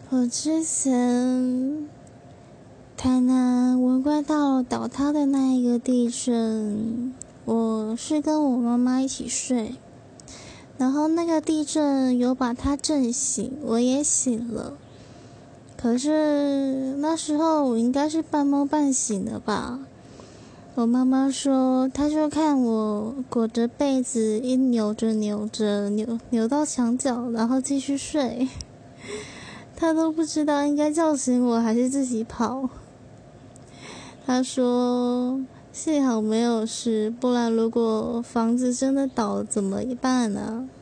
我之前台南文怪大楼倒塌的那一个地震，我是跟我妈妈一起睡，然后那个地震有把她震醒，我也醒了。可是那时候我应该是半梦半醒的吧。我妈妈说，她就看我裹着被子一扭着扭到墙角，然后继续睡。她都不知道应该叫醒我还是自己跑。她说幸好没有事，不然如果房子真的倒了怎么办呢？